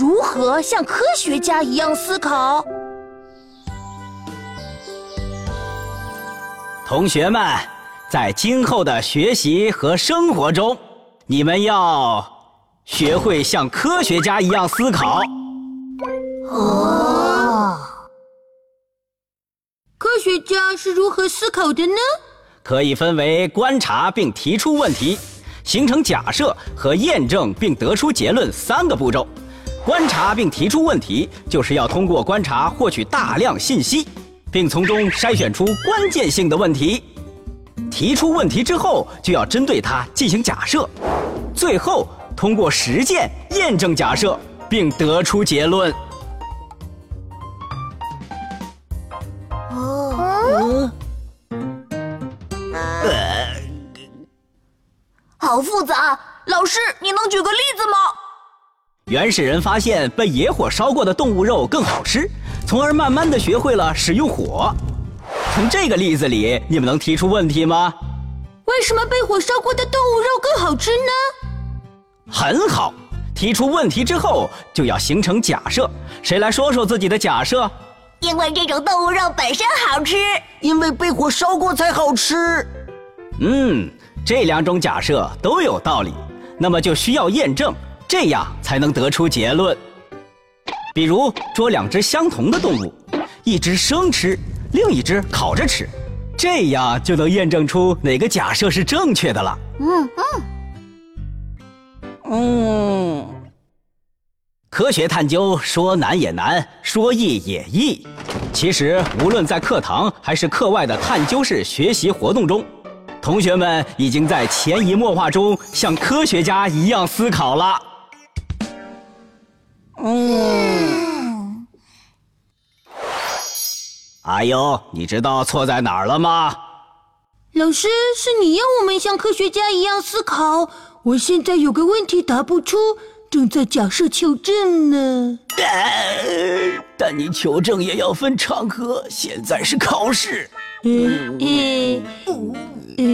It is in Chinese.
如何像科学家一样思考？ 同学们，在今后的学习和生活中，你们要学会像科学家一样思考。 哦，科学家是如何思考的呢？ 可以分为观察并提出问题、形成假设和验证并得出结论3个步骤。观察并提出问题，就是要通过观察获取大量信息，并从中筛选出关键性的问题。提出问题之后，就要针对它进行假设，最后通过实践验证假设，并得出结论。 好复杂，老师，你能举个例子吗？ 原始人发现被野火烧过的动物肉更好吃，从而慢慢地学会了使用火。从这个例子里，你们能提出问题吗？ 为什么被火烧过的动物肉更好吃呢？ 很好，提出问题之后就要形成假设。谁来说说自己的假设？ 因为这种动物肉本身好吃， 因为被火烧过才好吃。 这2种假设都有道理，那么就需要验证，这样才能得出结论。比如捉2只相同的动物，一只生吃，另一只烤着吃，这样就能验证出哪个假设是正确的了。科学探究说难也难，说易也易。其实无论在课堂还是课外的探究式学习活动中，同学们已经在潜移默化中像科学家一样思考了。阿优，你知道错在哪儿了吗？ 老师，是你要我们像科学家一样思考。我现在有个问题答不出，正在假设求证呢。 但你求证也要分场合，现在是考试。